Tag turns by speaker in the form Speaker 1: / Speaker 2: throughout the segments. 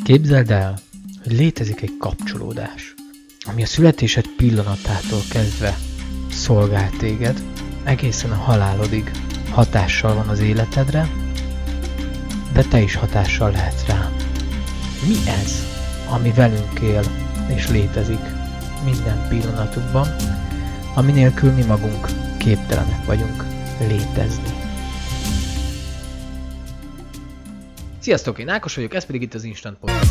Speaker 1: Képzeld el, hogy létezik egy kapcsolódás, ami a születésed pillanatától kezdve szolgál téged, egészen a halálodig hatással van az életedre, de te is hatással lehetsz rá. Mi ez, ami velünk él és létezik minden pillanatunkban, ami nélkül mi magunk képtelenek vagyunk létezni? Sziasztok, én Ákos vagyok, ez pedig itt az Instant Podcast.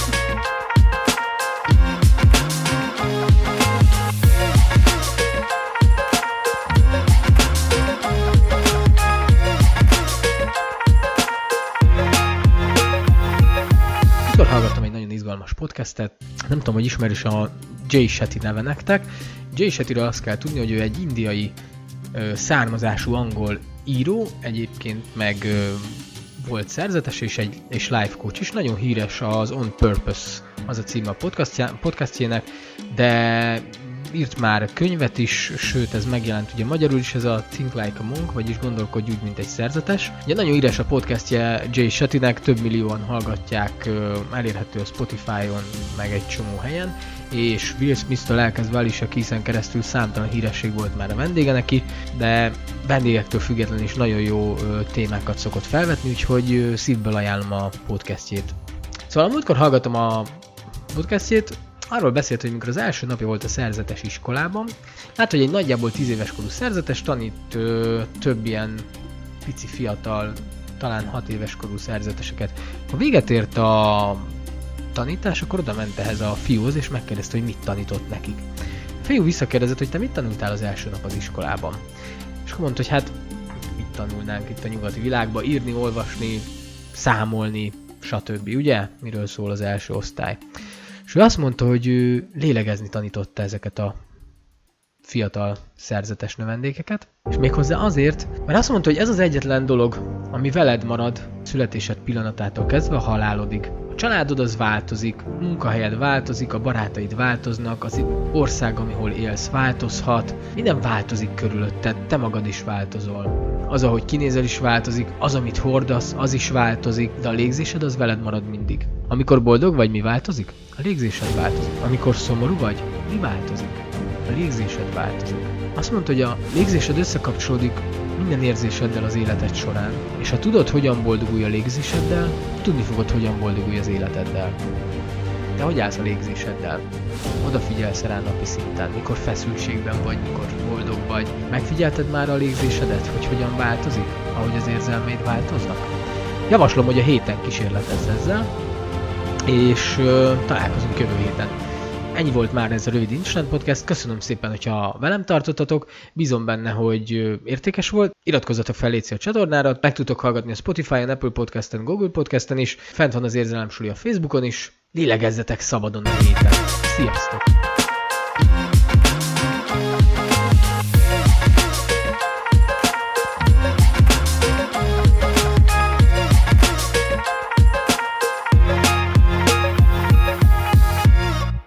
Speaker 1: Mikor hallgattam egy nagyon izgalmas podcastet, nem tudom, hogy ismerős a Jay Shetty neve nektek. Jay Shettyről azt kell tudni, hogy ő egy indiai származású angol író, egyébként meg volt szerzetes és life coach is. Nagyon híres az On Purpose, az a címe a podcastjének, de írt már könyvet is, sőt ez megjelent ugye magyarul is, ez a Think Like a Monk, vagyis gondolkodj úgy, mint egy szerzetes. Ugye nagyon híres a podcastje Jay Shettynek, több millióan hallgatják, elérhető a Spotify-on, meg egy csomó helyen, és Will Smith-től elkezdve Alicia Keys-en keresztül számtalan híresség volt már a vendége neki, de vendégektől függetlenül is nagyon jó témákat szokott felvetni, úgyhogy szívből ajánlom a podcastjét. Szóval a múltkor hallgatom a podcastjét, arról beszélt, hogy mikor az első napja volt a szerzetes iskolában, látta, hogy egy nagyjából 10 éves korú szerzetes tanít több ilyen pici fiatal, talán 6 éves korú szerzeteseket. Ha véget ért a tanítás, akkor oda ment ehhez a fiúhoz, és megkérdezte, hogy mit tanított nekik. A fiú visszakérdezett, hogy te mit tanultál az első nap az iskolában? És akkor mondta, hogy hát mit tanulnánk itt a nyugati világban, írni, olvasni, számolni, stb. Ugye? Miről szól az első osztály? És ő azt mondta, hogy ő lélegezni tanította ezeket a fiatal szerzetes növendékeket, és méghozzá azért, mert azt mondta, hogy ez az egyetlen dolog, ami veled marad születésed pillanatától kezdve a halálodig. A családod az változik, a munkahelyed változik, a barátaid változnak, az ország, amihol élsz, változhat, minden változik körülötted, te magad is változol. Az, ahogy kinézel is változik, az, amit hordasz, az is változik, de a légzésed az veled marad mindig. Amikor boldog vagy, mi változik? A légzésed változik. Amikor szomorú vagy, mi változik? A légzésed változik. Azt mondta, hogy a légzésed összekapcsolódik minden érzéseddel az életed során, és ha tudod, hogyan boldogulj a légzéseddel, tudni fogod, hogyan boldogulj az életeddel. De hogy állsz a légzéseddel? Odafigyelsz rá napi szinten, mikor feszültségben vagy, mikor boldog vagy. Megfigyelted már a légzésedet, hogy hogyan változik, ahogy az érzelmeid változnak? Javaslom, hogy a héten kísérletezz ezzel, és találkozunk jövő héten. Ennyi volt már ez a rövid Instant Podcast, köszönöm szépen, hogyha velem tartottatok, bízom benne, hogy értékes volt. Iratkozzatok fel légy a csatornára, meg tudtok hallgatni a Spotify-on, Apple Podcast-en, Google Podcast-en is, fent van az Érzelem Suli a Facebookon is, lélegezzetek szabadon a héten. Sziasztok!